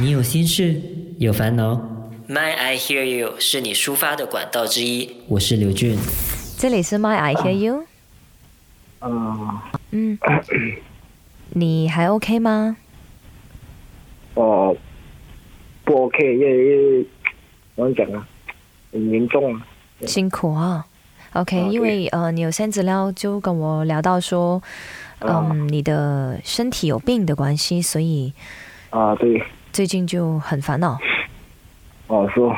你有心事，有烦恼 ，My I Hear You 是你抒发的管道之一。我是刘俊， 这里是 My I Hear You。你还 OK 吗？ 不 OK， 因为我讲啊，很严重啊， 辛苦啊。OK，因为你有先资料就跟我聊到说，你的身体有病的关系，所以对， 最近就很烦恼。 说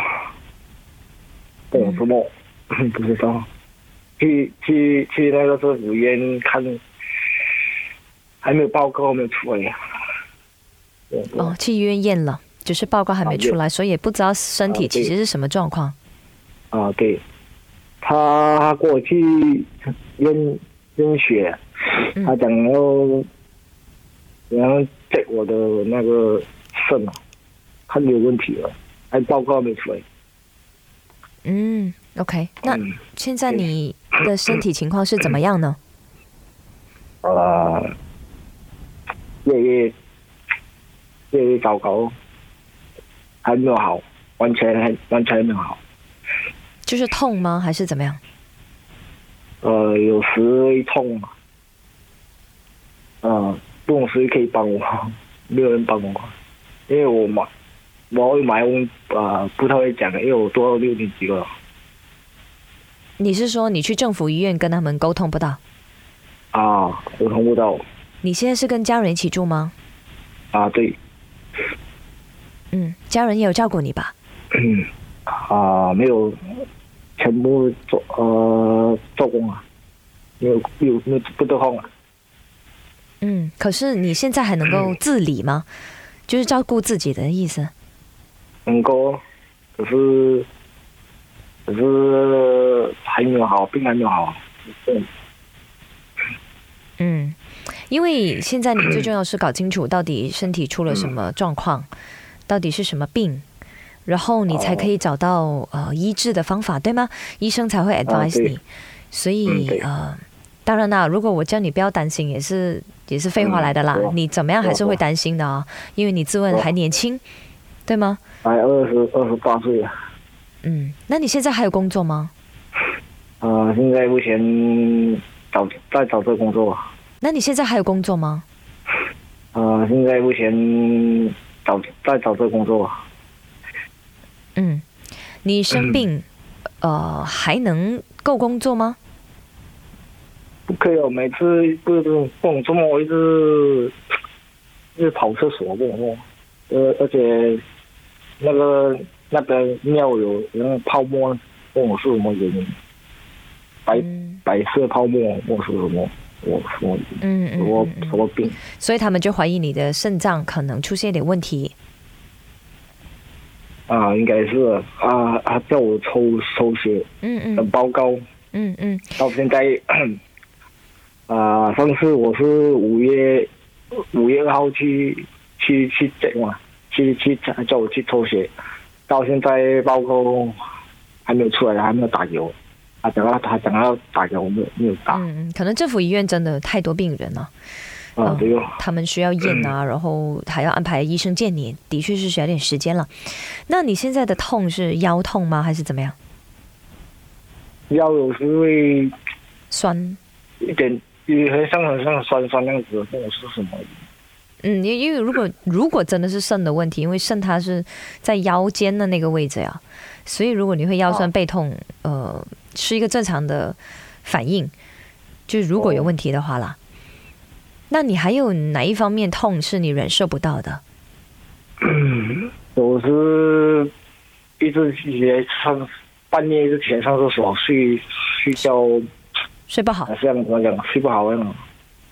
什么不知道，去那个政府医院看，还没有报告，没有出来。 去医院验了，只是报告还没出来，所以也不知道身体其实是什么状况。 对，他过去验血，他讲然后check我的那个肾看有问题了，还报告没出来。 OK， 那现在你的身体情况是怎么样呢？ 越糟糕，还没有好，完全没有好。 就是痛吗？还是怎么样？ 有时会痛不懂谁可以帮我，没有人帮我，因为我会买不太会讲，因为我读到6年级了。 你是说你去政府医院跟他们沟通不到？ 沟通不到。 你现在是跟家人一起住吗？ 对。 家人也有照顾你吧？ 没有，全部做工啊，没有不得空啊。 可是你现在还能够自理吗？就是照顾自己的意思。 能够，可是还没有好，病还没有好。 因为现在你最重要是搞清楚到底身体出了什么状况，到底是什么病，然后你才可以找到医治的方法，对吗？医生才会 advise 你。所以当然啦，如果我叫你不要担心，也是废话来的啦。你怎么样还是会担心的因为你自问还年轻，对吗？ 还28岁啊。 那你现在还有工作吗？ 现在目前在找这工作。 那你现在还有工作吗？ 现在目前在找这工作。 你生病，还能够工作吗？ 不可以每次不懂这么我一直跑厕所不懂而且那个尿有那个泡沫，问我是什么原因？白色泡沫，问我是什么？什么病？ 所以他们就怀疑你的肾脏可能出现一点问题。 应该是他叫我抽血，等报告。到现在，上次我是5月2号去整嘛，去叫我去抽血，到现在报告还没有出来，还没有打给我。他讲要打给我，没有打。 可能政府医院真的太多病人了。 对他们需要验然后还要安排医生见你，的确是需要点时间了。那你现在的痛是腰痛吗？还是怎么样？ 腰有时会酸， 一点，很像酸那样子，问我是什么？ 因为如果真的是肾的问题，因为肾它是在腰间的那个位置呀，所以如果你会腰酸背痛，是一个正常的反应，就是如果有问题的话啦。那你还有哪一方面痛是你忍受不到的？ 有时一直半夜一直起来上厕所睡觉， 睡不好， 这样怎么讲？睡不好那种。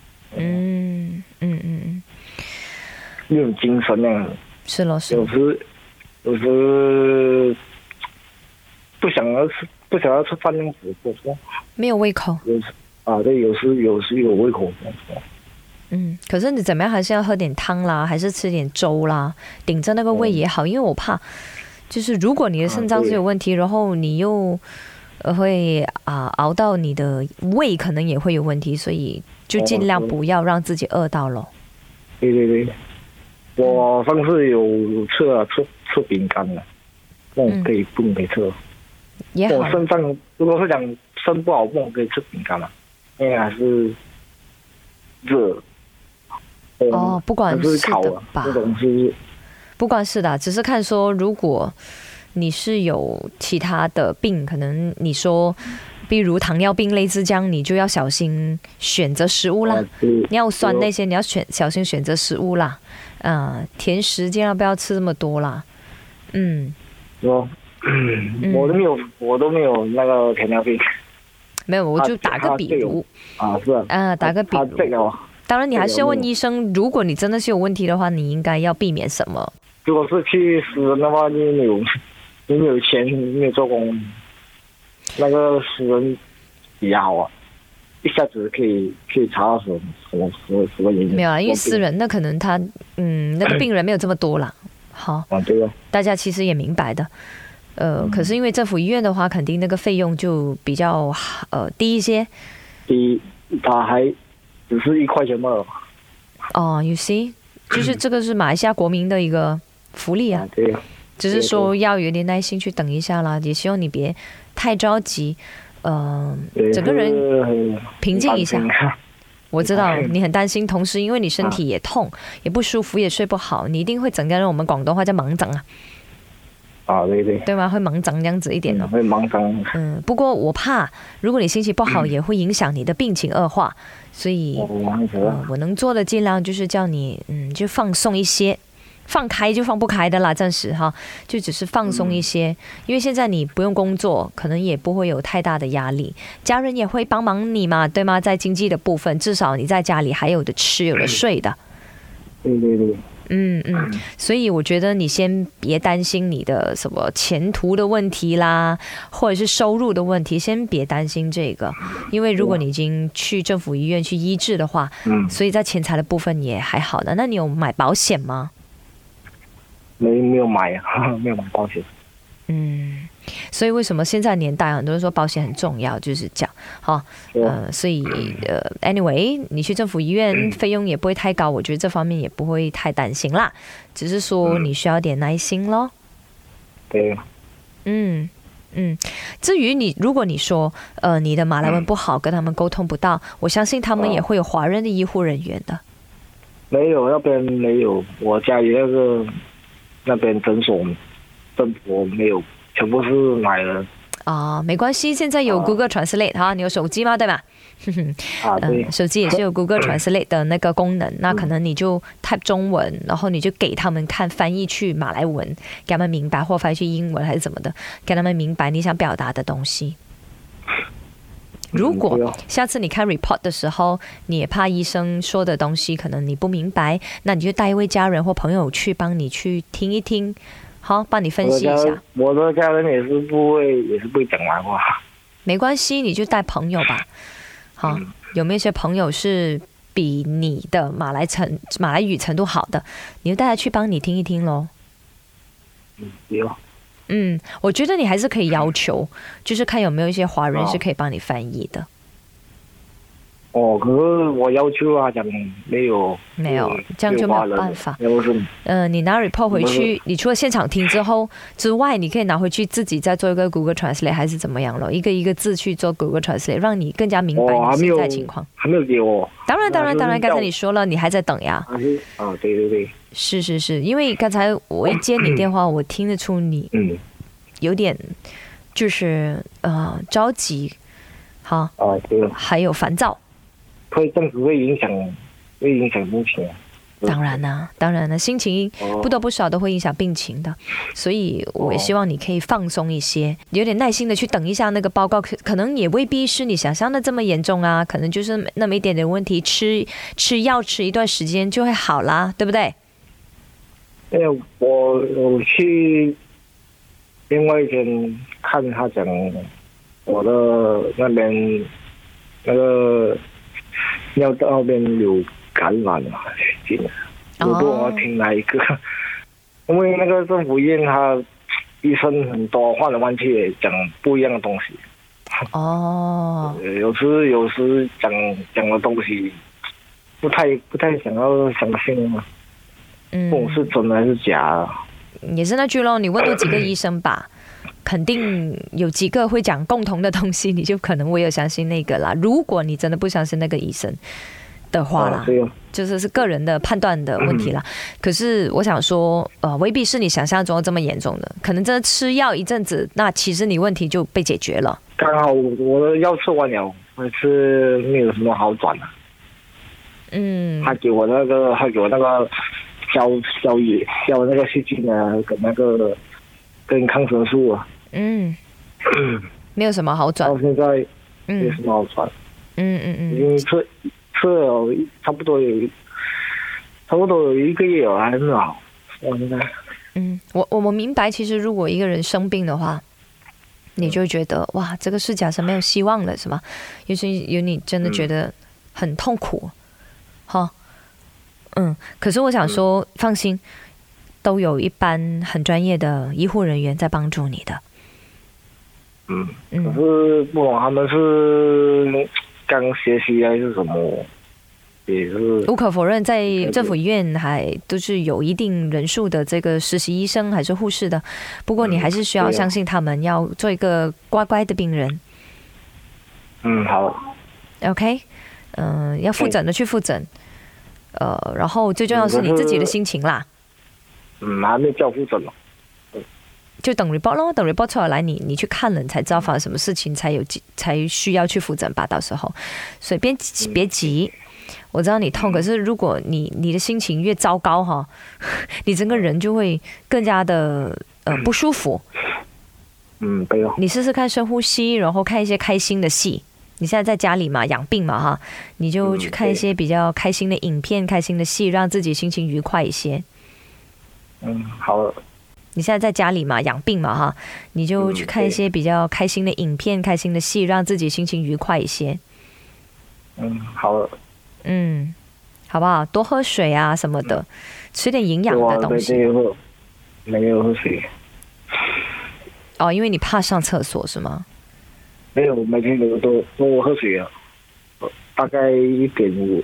那种精神那样。 是咯。 有时不想要吃饭那样子， 没有胃口。 对，有时有胃口。 可是你怎么样还是要喝点汤啦，还是吃点粥啦，顶着那个胃也好，因为我怕，就是如果你的肾脏是有问题，然后你又会熬到你的胃可能也会有问题，所以就尽量不要让自己饿到咯。 对。 我上次有吃饼干了，不可以吃。 也好。 我肾脏如果是讲肾不好，不可以吃饼干嘛，因为还是热。 不管是的吧， 这种是不管是的，只是看说如果你是有其他的病，可能你说，比如糖尿病类似这样，你就要小心选择食物啦。尿酸那些你要小心选择食物啦。甜食尽量不要吃这么多啦。 我都没有那个糖尿病。 没有，我就打个比如。 是啊。 打个比如。当然，你还是要问医生，如果你真的是有问题的话，你应该要避免什么？ 如果是去私人的话，你没有钱，没有做工，那个私人比较好啊，一下子可以查到什么原因。 没有啊，因为私人那可能他那个病人没有这么多啦。好， 对啊， 大家其实也明白的。可是因为政府医院的话，肯定那个费用就比较低一些。 他还只是1块钱嘛。 you see， 就是这个是马来西亚国民的一个福利啊。 对啊。 只是说要有点耐心去等一下啦，也希望你别太着急，整个人平静一下。我知道你很担心，同时因为你身体也痛，也不舒服，也睡不好，你一定会整个人我们广东话叫盲整啊。对吗？会盲整这样子一点哦。 会盲整。 不过我怕，如果你心情不好，也会影响你的病情恶化，所以我能做的尽量就是叫你就放松一些。放开就放不开的啦，暂时哈，就只是放松一些，因为现在你不用工作，可能也不会有太大的压力，家人也会帮忙你嘛，对吗？在经济的部分，至少你在家里还有的吃，有的睡的。 对。 所以我觉得你先别担心你的什么前途的问题啦，或者是收入的问题，先别担心这个，因为如果你已经去政府医院去医治的话，所以在钱财的部分也还好的。那你有买保险吗？ 没有买啊，没有买保险。 所以为什么现在年代很多人说保险很重要，就是这样哈。所以anyway， 你去政府医院费用也不会太高，我觉得这方面也不会太担心啦，只是说你需要点耐心咯。 对。 至于如果你说你的马来文不好，跟他们沟通不到，我相信他们也会有华人的医护人员的。 没有，那边没有，我家里那边诊所政府没有，全部是买的。 没关系，现在有 Google Translate 哈，你有手机吗？对吧？ 对。 手机也是有 Google Translate 的那个功能，那可能你就 type 中文，然后你就给他们看，翻译去马来文，给他们明白，或翻译去英文还是怎么的，给他们明白你想表达的东西。如果下次你看 report 的时候，你也怕医生说的东西可能你不明白，那你就带一位家人或朋友去帮你去听一听，好，帮你分析一下。 我的家人也是不会讲马来话。 没关系，你就带朋友吧。好，有没有一些朋友是比你的马来语程度好的，你就带他去帮你听一听咯。 有。 我觉得你还是可以要求，就是看有没有一些华人是可以帮你翻译的。 可是我要求啊，讲没有， 这样就没有办法。你拿 report 回去，你除了现场听之外，你可以拿回去自己再做一个 Google Translate 还是怎么样咯，一个一个字去做 Google Translate， 让你更加明白你现在情况。 还没有给我。 当然，刚才你说了，你还在等呀。 对。 是，因为刚才我一接你电话，我听得出你有点就是着急，哈， 对， 还有烦躁。 会这样子会影响病情啊。 当然了，心情不多不少都会影响病情的，所以我也希望你可以放松一些，有点耐心的去等一下那个报告，可能也未必是你想象的这么严重啊，可能就是那么一点点问题，吃药吃一段时间就会好啦，对不对？ 因为我去另外一间看他讲我的那边那个尿道那边有感染嘛，我不懂要听哪一个，因为那个政府医院他医生很多，换来换去讲不一样的东西。有时讲的东西不太想要相信嘛。 不懂是真的还是假的。 也是那句咯，你问多几个医生吧，肯定有几个会讲共同的东西，你就可能唯有相信那个啦。如果你真的不相信那个医生的话啦，就是个人的判断的问题啦。可是我想说，未必是你想象中的这么严重的，可能真的吃药一阵子，那其实你问题就被解决了。 刚好我的药吃完了，但是没有什么好转的。他给我那个消那个细菌啊，跟抗生素啊。 没有什么好转。 到现在没有什么好转。已经吃了差不多有1个月了，还很好。我现在。 我明白，其实如果一个人生病的话，你就觉得哇，这个世界上没有希望了，是吗？有你真的觉得很痛苦，哈。可是我想说，放心，都有一班很专业的医护人员在帮助你的。 可是不懂他们是刚学习还是什么，也是无可否认，在政府医院还都是有一定人数的这个实习医生还是护士的。不过你还是需要相信他们，要做一个乖乖的病人。 好。 OK，要复诊的去复诊。然后最重要是你自己的心情啦。 还没叫复诊了。 就等 report 咯，等 report 出来，你去看了，你才知道发生什么事情，才需要去复诊吧。到时候，所以别急。我知道你痛，可是如果你的心情越糟糕哈，你整个人就会更加的不舒服。 对哦。 你试试看深呼吸，然后看一些开心的戏。你现在在家里嘛，养病嘛哈，你就去看一些比较开心的影片、开心的戏，让自己心情愉快一些。 好了。 你现在在家里嘛，养病嘛哈，你就去看一些比较开心的影片、开心的戏，让自己心情愉快一些。 好了。 好不好？多喝水啊什么的，吃点营养的东西。 没有喝水。 因为你怕上厕所是吗？ 没有，每天都喝水啊，大概1.5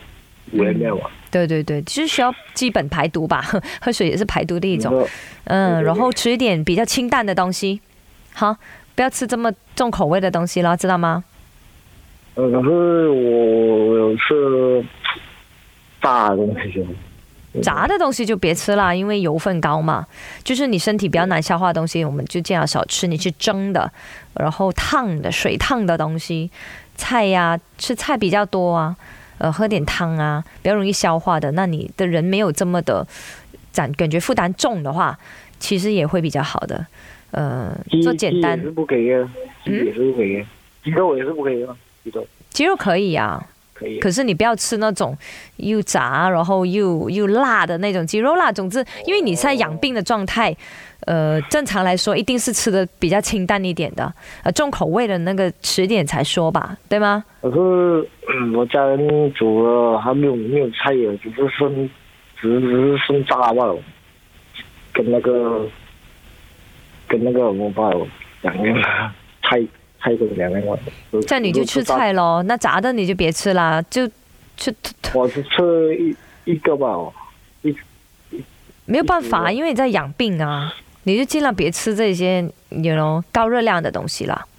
ml 啊。 对，就是需要基本排毒吧，喝水也是排毒的一种。然后吃一点比较清淡的东西，好，不要吃这么重口味的东西了，知道吗？ 可是我有吃炸的东西。 炸的东西就别吃啦，因为油分高嘛。就是你身体比较难消化的东西，我们就尽量少吃。你去蒸的，然后烫的、水烫的东西，菜呀，吃菜比较多啊。喝点汤啊，比较容易消化的。那你的人没有这么的感觉负担重的话，其实也会比较好的。做简单。鸡也是不可以的，鸡肉也是不可以的，鸡肉可以啊。可是你不要吃那种又炸然后又辣的那种鸡肉啦。总之，因为你在养病的状态，正常来说一定是吃的比较清淡一点的。重口味的那个迟点才说吧，对吗？ 可是我家人煮了，还没有菜了，只是剩炸罢了，跟那个我们罢了2样菜跟2样。 这样你就吃菜咯，那炸的你就别吃啦，就吃。 我是吃一个吧， 没有办法，因为你在养病啊，你就尽量别吃这些高热量的东西啦。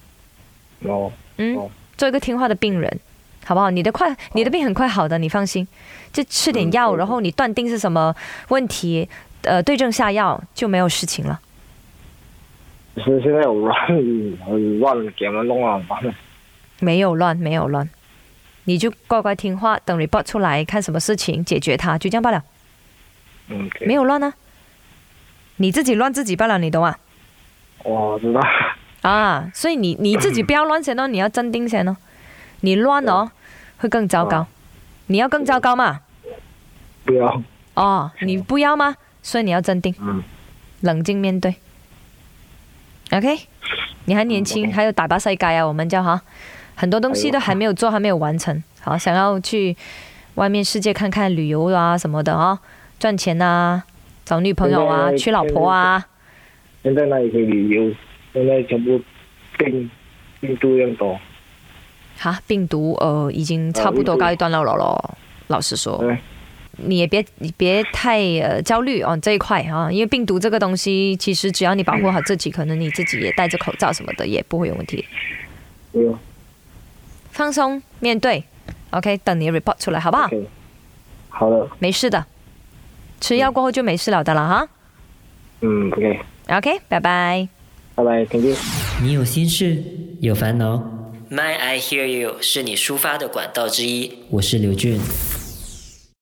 做一个听话的病人，好不好？你的病很快好的，你放心。就吃点药，然后你断定是什么问题，对症下药就没有事情了。 是现在有乱给他们弄了， 没有乱，你就乖乖听话，等 report 出来看什么事情解决它，就这样罢了。没有乱啊，你自己乱自己罢了，你懂吗？ 我知道。 所以你自己不要乱先哦，你要镇定先哦。你乱会更糟糕。你要更糟糕吗？ 不要。 你不要吗？所以你要镇定，冷静面对。OK， 你还年轻，还有大把世界啊，我们叫哈，很多东西都还没有做，还没有完成。好，想要去外面世界看看、旅游啊什么的啊，赚钱啊，找女朋友啊，娶老婆啊。 现在哪里可以旅游？现在全部病毒一样多。病毒已经差不多告一段落了咯。老实说， 你也别太焦虑哦这一块啊，因为病毒这个东西，其实只要你保护好自己，可能你自己也戴着口罩什么的也不会有问题。 有。 放松面对 ，OK， 等你 report 出来好不好？ OK， 好的。 没事的，吃药过后就没事了的了哈。 OK。 OK， 拜拜。 拜拜 ，Thank you。 你有心事，有烦恼，My I Hear You 是你抒发的管道之一。我是刘俊。